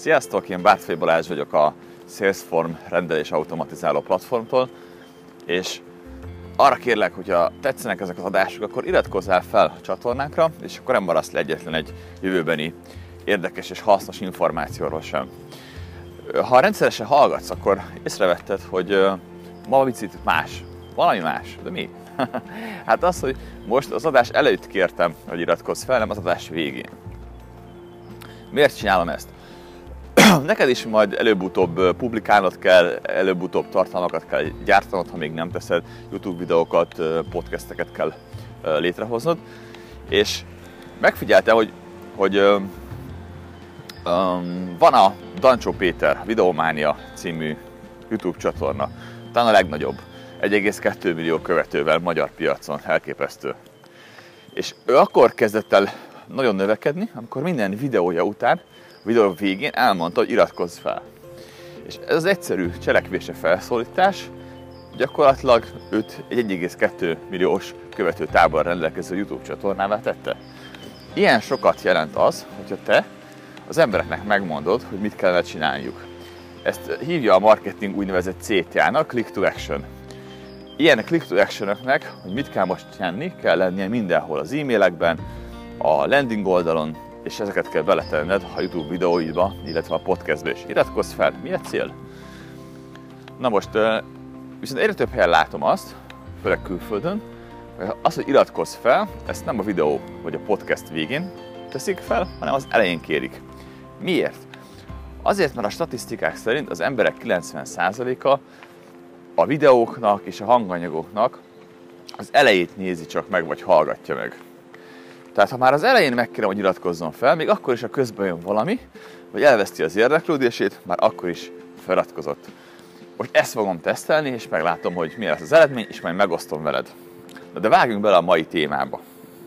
Sziasztok, én Bártfai Balázs vagyok a Salesforce rendelés automatizáló platformtól, és arra kérlek, hogyha tetszenek ezek az adások, akkor iratkozzál fel a csatornánkra, és akkor nem maradsz le egyetlen egy jövőbeni érdekes és hasznos információról sem. Ha rendszeresen hallgatsz, akkor észrevetted, hogy ma picit más, valami más, de mi? Hát az, hogy most az adás előtt kértem, hogy iratkozz fel, nem az adás végén. Miért csinálom ezt? Neked is majd előbb-utóbb publikálnod kell, előbb-utóbb tartalmakat kell gyártanod, ha még nem teszed, YouTube videókat, podcasteket kell létrehoznod. És megfigyeltem, hogy van a Dancsó Péter Videománia című YouTube csatorna, talán a legnagyobb, 1,2 millió követővel magyar piacon, elképesztő. És ő akkor kezdett el nagyon növekedni, amikor minden videója után, a videó végén elmondta, hogy iratkozz fel. És ez az egyszerű cselekvése felszólítás gyakorlatilag őt egy 1,2 milliós követő tábor rendelkező YouTube csatornává tette. Ilyen sokat jelent az, hogyha te az embereknek megmondod, hogy mit kellene csinálniuk. Ezt hívja a marketing úgynevezett CTA-nak, Click to Action. Ilyen Click to Action-öknek, hogy mit kell most csinálni, kell lennie mindenhol az e-mailekben, a landing oldalon, és ezeket kell beletenned a YouTube videóidba, illetve a podcastbe is. Iratkozz fel! Mi a cél? Na most, viszont egyre több helyen látom azt, főleg külföldön, hogy az, hogy iratkozz fel, ezt nem a videó vagy a podcast végén teszik fel, hanem az elején kérik. Miért? Azért, mert a statisztikák szerint az emberek 90%-a a videóknak és a hanganyagoknak az elejét nézi csak meg, vagy hallgatja meg. Tehát ha már az elején megkérem, hogy iratkozzon fel, még akkor is, ha közben jön valami, vagy elveszti az érdeklődését, már akkor is feliratkozott. Most ezt fogom tesztelni, és meglátom, hogy mi lesz az eredmény, és majd megosztom veled. Na de vágjunk bele a mai témába.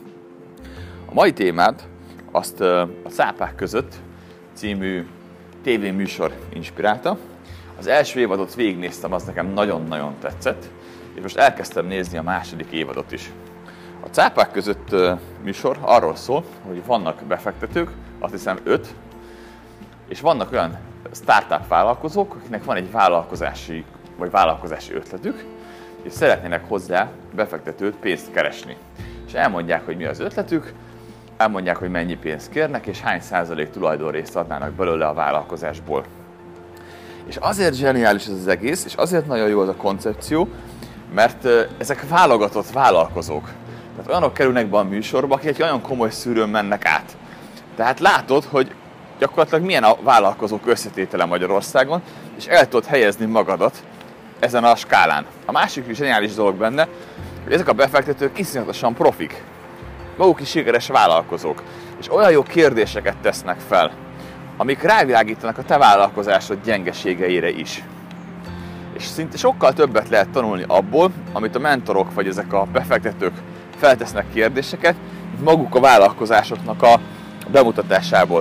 A mai témát azt a Cápák között című tévéműsor inspirálta. Az első évadot végignéztem, az nekem nagyon-nagyon tetszett, és most elkezdtem nézni a második évadot is. A Cápák között műsor arról szól, hogy vannak befektetők, azt hiszem 5, és vannak olyan startup vállalkozók, akiknek van egy vállalkozási ötletük, és szeretnének hozzá befektetőt, pénzt keresni. És elmondják, hogy mi az ötletük, elmondják, hogy mennyi pénzt kérnek, és hány százalék tulajdonrészt adnának belőle a vállalkozásból. És azért zseniális ez az egész, és azért nagyon jó az a koncepció, mert ezek válogatott vállalkozók. Tehát olyanok kerülnek be a műsorba, akik egy olyan komoly szűrőn mennek át. Tehát látod, hogy gyakorlatilag milyen a vállalkozók összetétele Magyarországon, és el tudod helyezni magadat ezen a skálán. A másik zseniális dolog benne, hogy ezek a befektetők iszonyatosan profik. Maguk is sikeres vállalkozók. És olyan jó kérdéseket tesznek fel, amik rávilágítanak a te vállalkozásod gyengeségeire is. És szinte sokkal többet lehet tanulni abból, amit a mentorok vagy ezek a befektetők feltesznek kérdéseket, mint maguk a vállalkozásoknak a bemutatásából.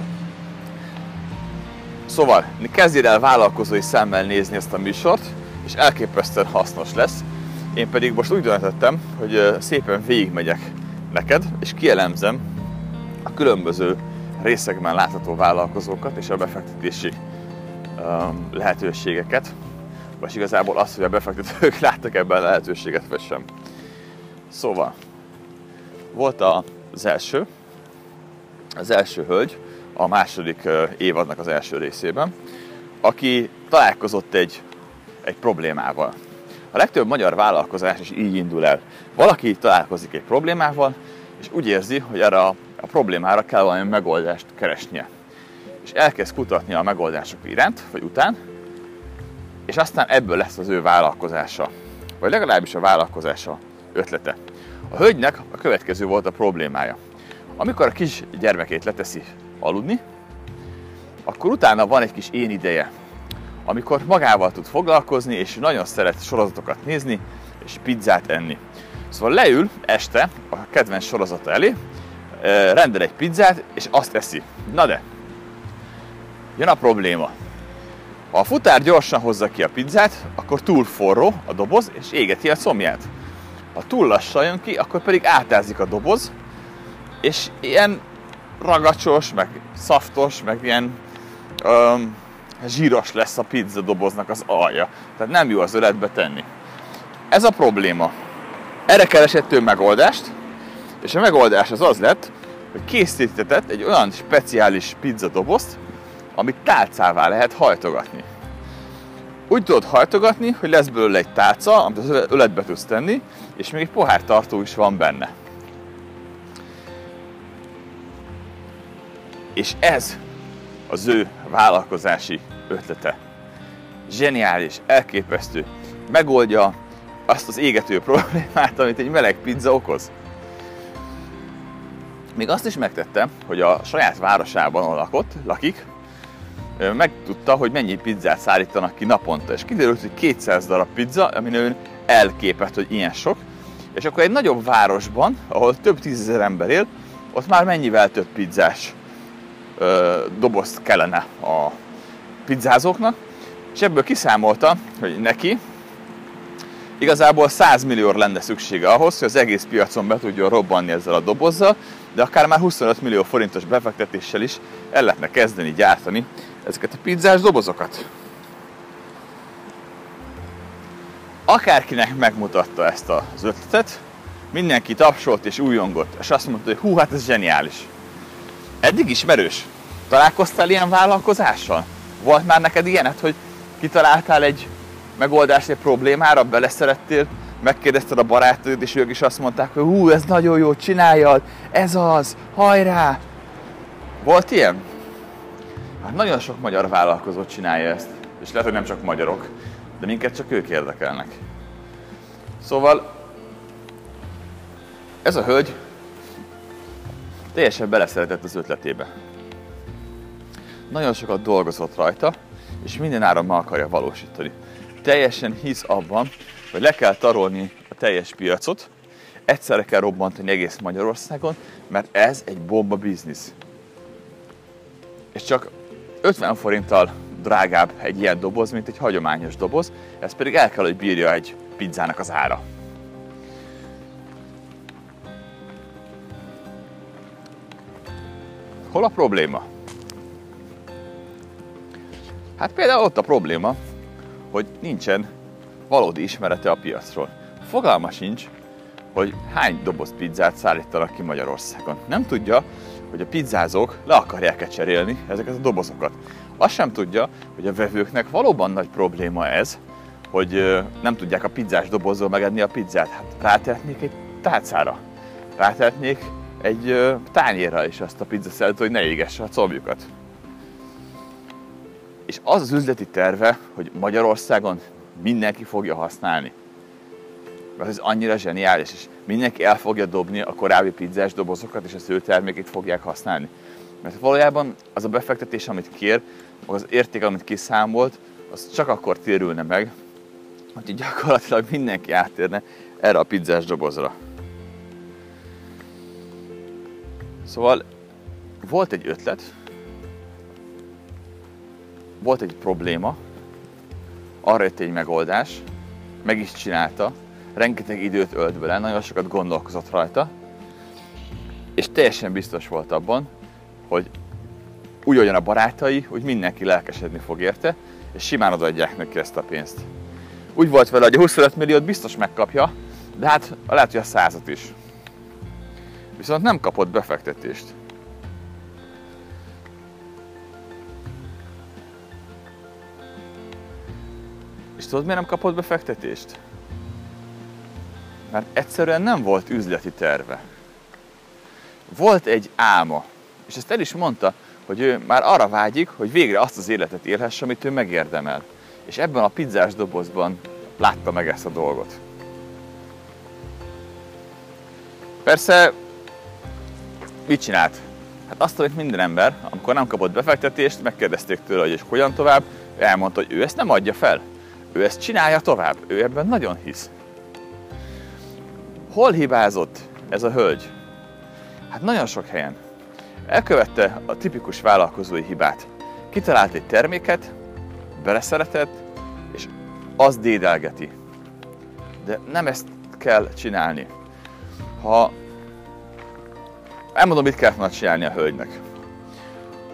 Szóval, kezdjél el vállalkozói szemmel nézni ezt a műsort, és elképesztően hasznos lesz. Én pedig most úgy döntöttem, hogy szépen végigmegyek neked, és kielemzem a különböző részekben látható vállalkozókat és a befektetési lehetőségeket, vagy igazából az, hogy a befektetők láttak ebben lehetőséget, vagy sem. Szóval, volt az első hölgy a második évadnak az első részében, aki találkozott egy problémával. A legtöbb magyar vállalkozás is így indul el. Valaki találkozik egy problémával, és úgy érzi, hogy erre a problémára kell valami megoldást keresnie. És elkezd kutatni a megoldások iránt, vagy után, és aztán ebből lesz az ő vállalkozása. Vagy legalábbis a vállalkozása ötlete. A hölgynek a következő volt a problémája. Amikor a kis gyermekét leteszi aludni, akkor utána van egy kis én ideje, amikor magával tud foglalkozni, és nagyon szeret sorozatokat nézni, és pizzát enni. Szóval leül este a kedvenc sorozata elé, rendel egy pizzát, és azt eszi. Na de, jön a probléma. Ha a futár gyorsan hozza ki a pizzát, akkor túl forró a doboz, és égeti a combját. Ha túl lassan jön ki, akkor pedig átázik a doboz, és ilyen ragacsos, meg szaftos, meg ilyen zsíros lesz a pizza doboznak az alja. Tehát nem jó az öletbe tenni. Ez a probléma. Erre keresett ő megoldást, és a megoldás az lett, hogy készítetett egy olyan speciális pizza dobozt, amit tálcává lehet hajtogatni. Úgy tudod hajtogatni, hogy lesz belőle egy tálca, amit az öletbe tudsz tenni, és még egy pohártartó is van benne. És ez az ő vállalkozási ötlete. Zseniális, elképesztő. Megoldja azt az égető problémát, amit egy meleg pizza okoz. Még azt is megtette, hogy a saját városában lakik, megtudta, hogy mennyi pizzát szállítanak ki naponta, és kiderült, hogy 200 darab pizza, amin ő elképett, hogy ilyen sok, és akkor egy nagyobb városban, ahol több tízezer ember él, ott már mennyivel több pizzás dobozt kellene a pizzázóknak, és ebből kiszámolta, hogy neki igazából 100 millióra lenne szüksége ahhoz, hogy az egész piacon be tudjon robbanni ezzel a dobozzal, de akár már 25 millió forintos befektetéssel is el lehetne kezdeni gyártani ezeket a pizzás dobozokat. Akárkinek megmutatta ezt az ötletet, mindenki tapsolt és újongott, és azt mondta, hogy hú, hát ez zseniális. Eddig ismerős? Találkoztál ilyen vállalkozással? Volt már neked ilyenet, hogy kitaláltál egy megoldást egy problémára, beleszerettél, megkérdezted a barátodat, és ők is azt mondták, hogy hú, ez nagyon jó, csináljad, ez az, hajrá! Volt ilyen? Hát nagyon sok magyar vállalkozó csinálja ezt, és lehet, hogy nem csak magyarok, de minket csak ők érdekelnek. Szóval ez a hölgy teljesen beleszeretett az ötletébe. Nagyon sokat dolgozott rajta, és mindenáron meg akarja valósítani. Teljesen hisz abban, hogy le kell tarolni a teljes piacot, egyszerre kell robbantani egész Magyarországon, mert ez egy bomba biznisz. És csak 50 forinttal drágább egy ilyen doboz, mint egy hagyományos doboz, ez pedig el kell, hogy bírja egy pizzának az ára. Hol a probléma? Hát például ott a probléma, hogy nincsen valódi ismerete a piacról. Fogalma sincs, hogy hány doboz pizzát szállítanak ki Magyarországon. Nem tudja, hogy a pizzázók le akarják-e cserélni ezeket a dobozokat. Azt sem tudja, hogy a vevőknek valóban nagy probléma ez, hogy nem tudják a pizzás dobozról megenni a pizzát. Hát rátehetnék egy tálcára, rátehetnék egy tányérra is azt a pizzaszállítót, hogy ne égesse a combjukat. És az az üzleti terve, hogy Magyarországon mindenki fogja használni. Mert ez annyira zseniális, és mindenki el fogja dobni a korábbi pizzás dobozokat, és az ő termékét fogják használni. Mert valójában az a befektetés, amit kér, az érték, amit kiszámolt, az csak akkor térülne meg, hogy gyakorlatilag mindenki áttérne erre a pizzás dobozra. Szóval volt egy ötlet, volt egy probléma, arra jött egy megoldás, meg is csinálta, rengeteg időt ölt bele, nagyon sokat gondolkozott rajta, és teljesen biztos volt abban, hogy úgy olyan a barátai, hogy mindenki lelkesedni fog érte, és simán odaadják neki ezt a pénzt. Úgy volt vele, hogy a 25 milliót biztos megkapja, de hát lehet, hogy a 100-at is. Viszont nem kapott befektetést. És tudod, miért nem kapott befektetést? Mert egyszerűen nem volt üzleti terve. Volt egy álma, és ezt el is mondta, hogy ő már arra vágyik, hogy végre azt az életet élhesse, amit ő megérdemel. És ebben a pizzás dobozban látta meg ezt a dolgot. Persze, mit csinált? Hát azt, amit minden ember, amikor nem kapott befektetést, megkérdezték tőle, hogy és hogyan tovább, elmondta, hogy ő ezt nem adja fel. Ő ezt csinálja tovább, ő ebben nagyon hisz. Hol hibázott ez a hölgy? Hát nagyon sok helyen. Elkövette a tipikus vállalkozói hibát. Kitalált egy terméket, beleszeretett, és azt dédelgeti. De nem ezt kell csinálni. Elmondom, mit kellett volna csinálni a hölgynek.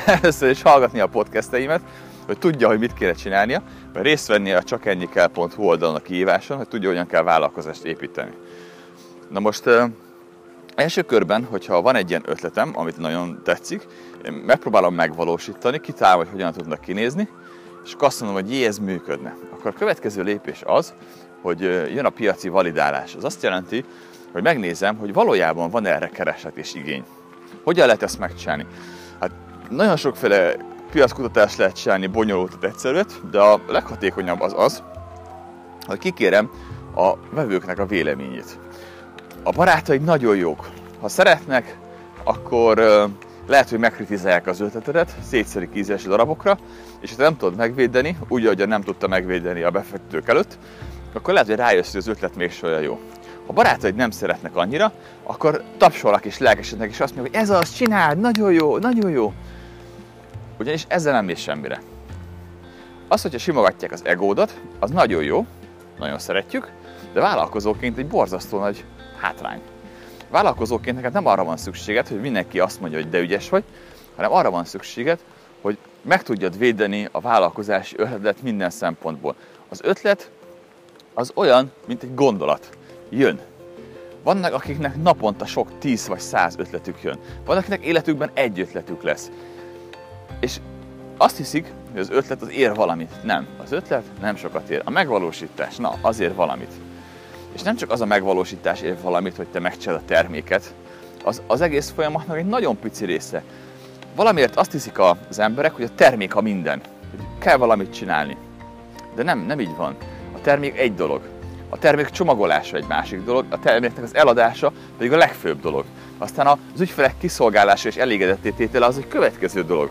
először is hallgatni a podcasteimet, hogy tudja, hogy mit kéne csinálnia, vagy részt venni a csakennyikkel.hu oldalon a kihíváson, hogy tudja, hogyan kell vállalkozást építeni. Na most első körben, hogyha van egy ilyen ötletem, amit nagyon tetszik, én megpróbálom megvalósítani, kitalálom, hogy hogyan tudnak kinézni, és akkor azt mondom, hogy jé, ez működne. Akkor a következő lépés az, hogy jön a piaci validálás. Az azt jelenti, hogy megnézem, hogy valójában van erre kereslet és igény. Hogyan lehet ezt megcsinálni? Hát nagyon sokféle piackutatást lehet csinálni, bonyolultat, egyszerűt, de a leghatékonyabb az, hogy kikérem a vevőknek a véleményét. A barátaid nagyon jók. Ha szeretnek, akkor lehet, hogy megkritizálják az ötletedet, szétszerik ízes darabokra, és ha nem tudod megvédeni, úgy, ahogy nem tudta megvédeni a befektetők előtt, akkor lehet, hogy rájössz, hogy az ötlet mégsem olyan jó. Ha barátaid nem szeretnek annyira, akkor tapsolnak és lelkesednek, és azt mondják, hogy ez az, csináld, nagyon jó, nagyon jó. Ugyanis ezzel nem mész semmire. Az, hogyha simogatják az egódat, az nagyon jó, nagyon szeretjük, de vállalkozóként egy borzasztó nagy hátrány. Vállalkozóként neked nem arra van szükséged, hogy mindenki azt mondja, hogy de ügyes vagy, hanem arra van szükséged, hogy meg tudjad védeni a vállalkozási ötletet minden szempontból. Az ötlet az olyan, mint egy gondolat. Jön. Vannak, akiknek naponta sok 10 vagy 100 ötletük jön. Vannak, akiknek életükben egy ötletük lesz. És azt hiszik, hogy az ötlet az ér valamit. Nem. Az ötlet nem sokat ér. A megvalósítás, na, az ér valamit. És nem csak az a megvalósítás ér valamit, hogy te megcsinálod a terméket, az egész folyamatnak egy nagyon pici része. Valamiért azt hiszik az emberek, hogy a termék a minden. Hogy kell valamit csinálni. De nem így van. A termék egy dolog. A termék csomagolása egy másik dolog, a terméknek az eladása pedig a legfőbb dolog. Aztán az ügyfelek kiszolgálása és elégedetté tétele az egy következő dolog.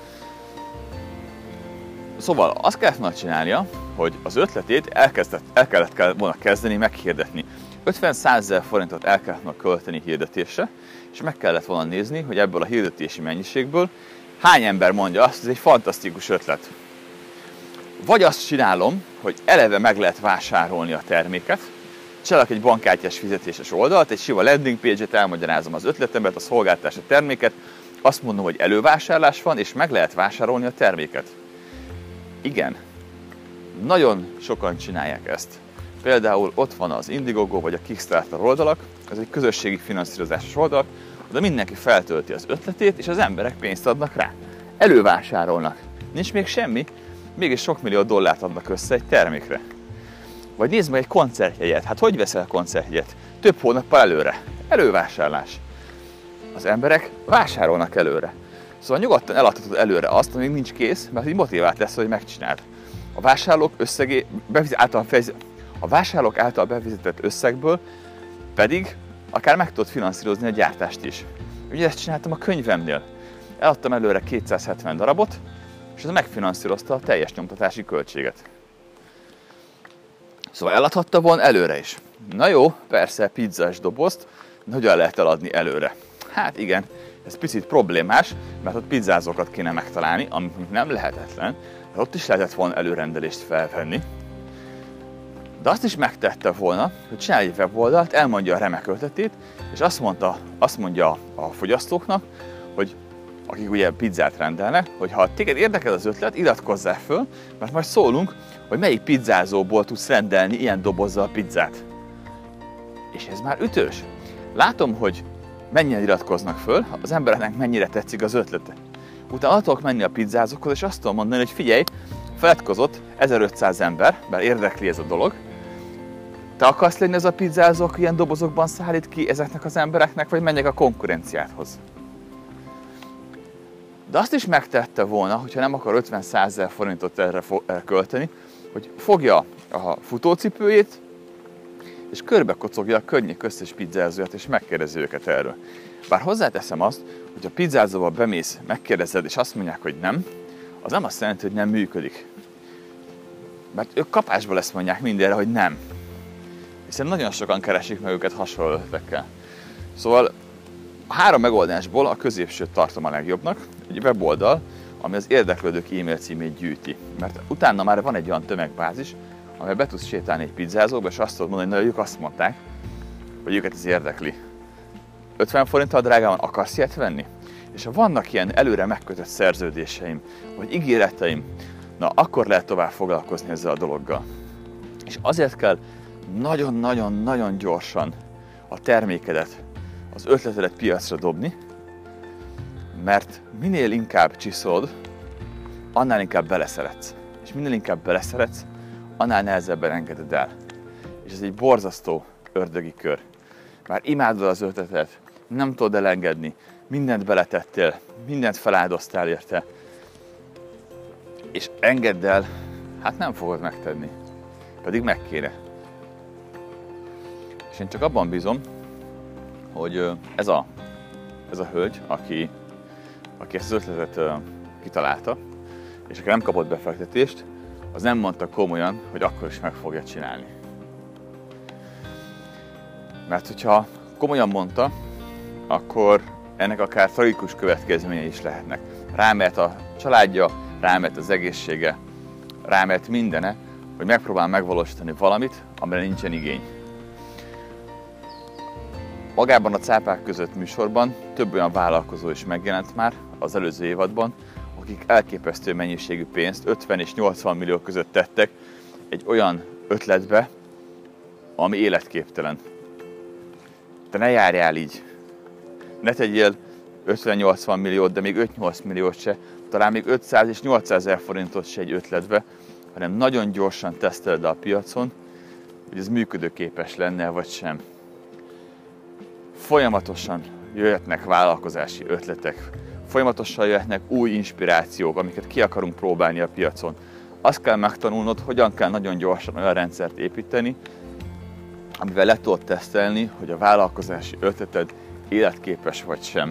Szóval azt kellett volna csinálnia, hogy az ötletét el kellett volna kezdeni meghirdetni. 50-100 ezer forintot el kellett volna költeni hirdetésre, és meg kellett volna nézni, hogy ebből a hirdetési mennyiségből hány ember mondja azt, hogy ez egy fantasztikus ötlet. Vagy azt csinálom, hogy eleve meg lehet vásárolni a terméket, csinálok egy bankkártyás fizetéses oldalt, egy sima landing page-et, elmagyarázom az ötletemet, a szolgáltást, a terméket, azt mondom, hogy elővásárlás van, és meg lehet vásárolni a terméket. Igen, nagyon sokan csinálják ezt. Például ott van az Indiegogo vagy a Kickstarter oldalak, ez egy közösségi finanszírozásos oldalak, oda mindenki feltölti az ötletét, és az emberek pénzt adnak rá. Elővásárolnak. Nincs még semmi, mégis sok millió dollárt adnak össze egy termékre. Vagy nézd meg egy koncertjegyet. Hát hogy veszel koncertjegyet? Több hónappal előre. Elővásárlás. Az emberek vásárolnak előre. Szóval nyugodtan eladhatod előre azt, ami nincs kész, mert így motivált lesz, hogy megcsináld. A vásárlók által befizetett összegből pedig akár meg tudod finanszírozni a gyártást is. Ugye ezt csináltam a könyvemnél. Eladtam előre 270 darabot, és ez megfinanszírozta a teljes nyomtatási költséget. Szóval eladhatta volna előre is. Na jó, persze, pizzás dobozt, hogyan lehet eladni előre? Hát igen, ez picit problémás, mert ott pizzázókat kéne megtalálni, amit nem lehetetlen, mert ott is lehetett volna előrendelést felvenni. De azt is megtette volna, hogy csinálj egy weboldalt, elmondja a remek ötletét, és azt mondja a fogyasztóknak, hogy akik ugye pizzát rendelnek, hogy ha téged érdekel az ötlet, iratkozzál föl, mert majd szólunk, hogy melyik pizzázóból tudsz rendelni ilyen dobozzal pizzát. És ez már ütős. Látom, hogy mennyien iratkoznak föl, az embereknek mennyire tetszik az ötlete. Utána tudok menni a pizzázókhoz, és azt tudom mondani, hogy figyelj, feledkozott 1500 ember, bár érdekli ez a dolog. Te akarsz lenni ez a pizzázó, aki ilyen dobozokban szállít ki ezeknek az embereknek, vagy menjek a konkurenciádhoz? De azt is megtette volna, hogyha nem akar 50-100 ezer forintot erre költeni, hogy fogja a futócipőjét, és körbekocogja a környék összes pizzázóját, és megkérdezi őket erről. Bár hozzáteszem azt, hogy a pizzázóba bemész, megkérdezed, és azt mondják, hogy nem, az nem azt jelenti, hogy nem működik. Mert ők kapásba lesz mondják mindenre, hogy nem. Hiszen nagyon sokan keresik meg őket hasonló ötletekkel. Szóval a 3 megoldásból a középsőt tartom a legjobbnak, egy weboldal, ami az érdeklődők e-mail címét gyűjti. Mert utána már van egy olyan tömegbázis, amely be tudsz sétálni egy pizzázóba, és azt tudod mondani, hogy ők azt mondták, hogy őket ez érdekli. 50 forinttal drágában akarsz ilyet venni? És ha vannak ilyen előre megkötött szerződéseim, vagy ígéreteim, na akkor lehet tovább foglalkozni ezzel a dologgal. És azért kell nagyon-nagyon-nagyon gyorsan a termékedet, az ötletedet piacra dobni, mert minél inkább csiszolod, annál inkább beleszeretsz. És minél inkább beleszeretsz, annál nehezebben engeded el. És ez egy borzasztó ördögi kör. Már imádod az ötletet, nem tudod elengedni, mindent beletettél, mindent feláldoztál érte, és engedd el, hát nem fogod megtenni, pedig meg kéne. És én csak abban bízom, hogy ez a hölgy, aki ezt az ötletet kitalálta, és aki nem kapott befektetést, az nem mondta komolyan, hogy akkor is meg fogja csinálni. Mert hogyha komolyan mondta, akkor ennek akár tragikus következményei is lehetnek. Rámehet a családja, rámehet az egészsége, rámehet mindene, hogy megpróbál megvalósítani valamit, amire nincsen igény. Magában a Cápák között műsorban több olyan vállalkozó is megjelent már az előző évadban, akik elképesztő mennyiségű pénzt, 50 és 80 millió között tettek egy olyan ötletbe, ami életképtelen. Te ne járjál így. Ne tegyél 50-80 milliót, de még 5-8 milliót se, talán még 500 és 800 ezer forintot se egy ötletbe, hanem nagyon gyorsan teszteled a piacon, hogy ez működőképes lenne, vagy sem. Folyamatosan jöhetnek vállalkozási ötletek, folyamatosan jöhetnek új inspirációk, amiket ki akarunk próbálni a piacon. Azt kell megtanulnod, hogyan kell nagyon gyorsan olyan rendszert építeni, amivel le tudod tesztelni, hogy a vállalkozási ötleted életképes vagy sem.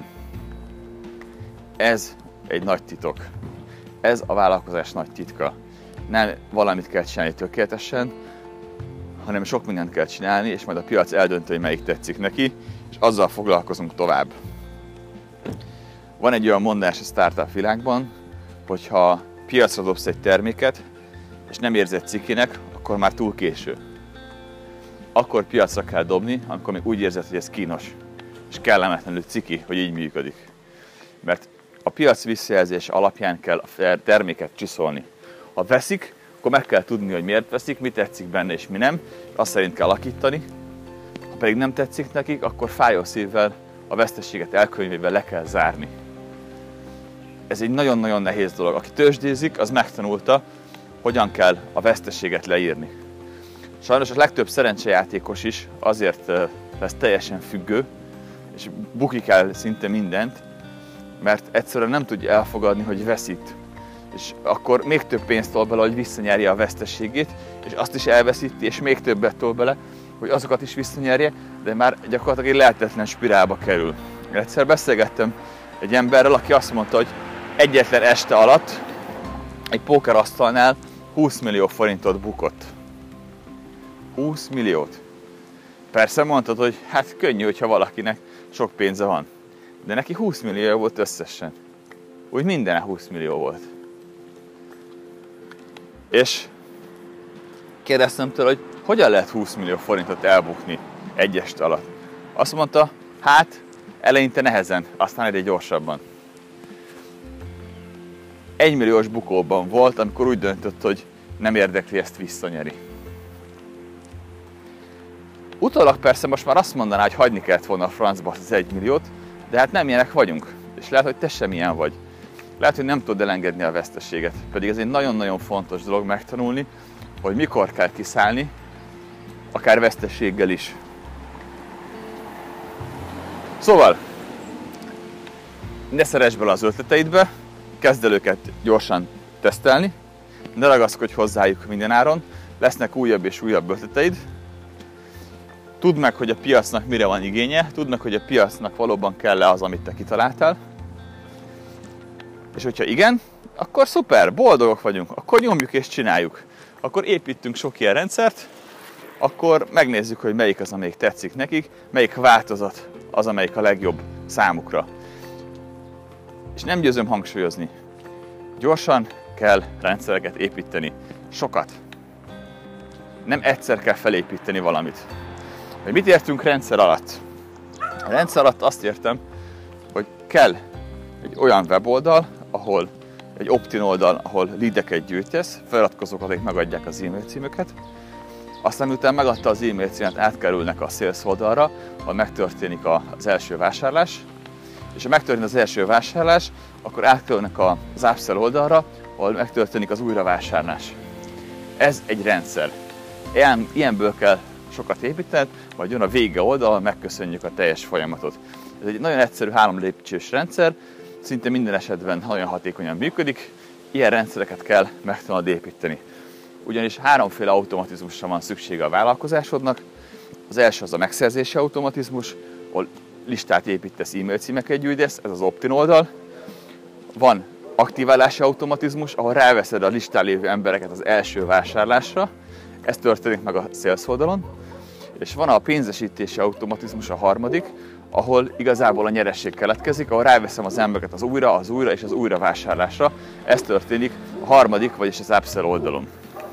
Ez egy nagy titok. Ez a vállalkozás nagy titka. Nem valamit kell csinálni tökéletesen, hanem sok mindent kell csinálni, és majd a piac eldöntő, hogy melyik tetszik neki, és azzal foglalkozunk tovább. Van egy olyan mondás a startup világban, hogy ha piacra dobsz egy terméket, és nem érzed cikinek, akkor már túl késő. Akkor piacra kell dobni, amikor még úgy érzed, hogy ez kínos, és kellemetlenül ciki, hogy így működik. Mert a piac visszajelzés alapján kell a terméket csiszolni. Ha veszik, akkor meg kell tudni, hogy miért veszik, mi tetszik benne és mi nem, azt szerint kell alakítani. Ha pedig nem tetszik nekik, akkor fájó szívvel a veszteséget elkönyvével le kell zárni. Ez egy nagyon-nagyon nehéz dolog. Aki tőzsdézik, az megtanulta, hogyan kell a veszteséget leírni. Sajnos a legtöbb szerencsejátékos is azért lesz teljesen függő, és bukik el szinte mindent, mert egyszerűen nem tudja elfogadni, hogy veszít. És akkor még több pénzt tol bele, hogy visszanyerje a veszteségét, és azt is elveszíti, és még többet tol bele, hogy azokat is visszanyerje, de már gyakorlatilag egy lehetetlen spirálba kerül. Egyszer beszélgettem egy emberrel, aki azt mondta, hogy egyetlen este alatt egy pókerasztalnál 20 millió forintot bukott. 20 milliót. Persze mondtad, hogy hát könnyű, hogyha valakinek sok pénze van. De neki 20 millió volt összesen. Úgy mindene 20 millió volt. És kérdeztem tőle, hogy hogyan lehet 20 millió forintot elbukni egy este alatt. Azt mondta, hát eleinte nehezen, aztán egyre gyorsabban. 1 milliós bukóban volt, amikor úgy döntött, hogy nem érdekli, ezt visszanyeri. Utólag persze most már azt mondaná, hogy hagyni kellett volna a francba az 1 milliót, de hát nem ilyenek vagyunk. És lehet, hogy te sem ilyen vagy. Lehet, hogy nem tudod elengedni a veszteséget. Pedig ez egy nagyon-nagyon fontos dolog megtanulni, hogy mikor kell kiszállni, akár veszteséggel is. Szóval, ne szeress bele az ötleteidbe, kezd el őket gyorsan tesztelni, ne ragaszkodj hozzájuk mindenáron, lesznek újabb és újabb ötleteid. Tudd meg, hogy a piacnak mire van igénye, tudd meg, hogy a piacnak valóban kell-e az, amit te kitaláltál. És hogyha igen, akkor szuper, boldogok vagyunk, akkor nyomjuk és csináljuk. Akkor építünk sok ilyen rendszert, akkor megnézzük, hogy melyik az, amelyik tetszik nekik, melyik változat az, amelyik a legjobb számukra. És nem győzöm hangsúlyozni, gyorsan kell rendszereket építeni, sokat. Nem egyszer kell felépíteni valamit. Hogy mit értünk rendszer alatt? A rendszer alatt azt értem, hogy kell egy olyan weboldal, ahol egy opt-in oldal, ahol leadeket gyűjtesz, feliratkozók, akik megadják az e-mail címüket. Aztán miután megadta az e-mail címet, átkerülnek a sales oldalra, ahol megtörténik az első vásárlás. És ha megtörténik az első vásárlás, akkor átkerülnek az upsell oldalra, ahol megtörténik az újravásárlás. Ez egy rendszer. Ilyenből kell sokat építeni, majd jön a vége oldal, megköszönjük a teljes folyamatot. Ez egy nagyon egyszerű 3 lépcsős rendszer, szinte minden esetben nagyon hatékonyan működik. Ilyen rendszereket kell megtanulni építeni. Ugyanis 3 automatizmusra van szüksége a vállalkozásodnak. Az első az a megszerzési automatizmus, ahol listát építesz, e-mail címeket gyűjtesz, ez az opt-in oldal. Van aktiválási automatizmus, ahol ráveszed a listán lévő embereket az első vásárlásra. Ez történik meg a sales oldalon. És van a pénzesítési automatizmus, a harmadik, ahol igazából a nyeresség keletkezik, ahol ráveszem az embereket az újra és az újra vásárlásra. Ez történik a harmadik, vagyis az upsell oldalon.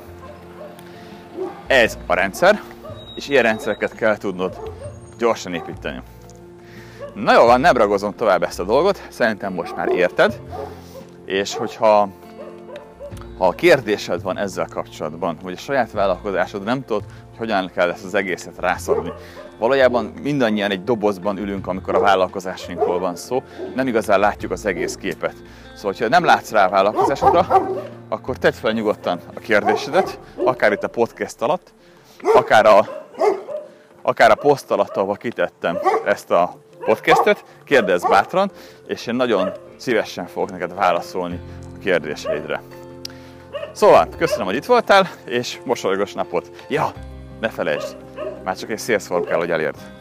Ez a rendszer, és ilyen rendszereket kell tudnod gyorsan építeni. Na jó van, nem ragozom tovább ezt a dolgot, szerintem most már érted, és hogyha kérdésed van ezzel kapcsolatban, hogy a saját vállalkozásod nem tudod, hogy hogyan kell ezt az egészet rászabni. Valójában mindannyian egy dobozban ülünk, amikor a vállalkozásainkról van szó, nem igazán látjuk az egész képet. Szóval, ha nem látsz rá a vállalkozásodra, akkor tedd fel nyugodtan a kérdésedet, akár itt a podcast alatt, akár a poszt alatt, ahol kitettem ezt a podcastet, kérdezz bátran, és én nagyon szívesen fogok neked válaszolni a kérdéseidre. Szóval, köszönöm, hogy itt voltál, és mosolygos napot. Ja, ne felejtsd, már csak egy sales form kell, hogy elérd.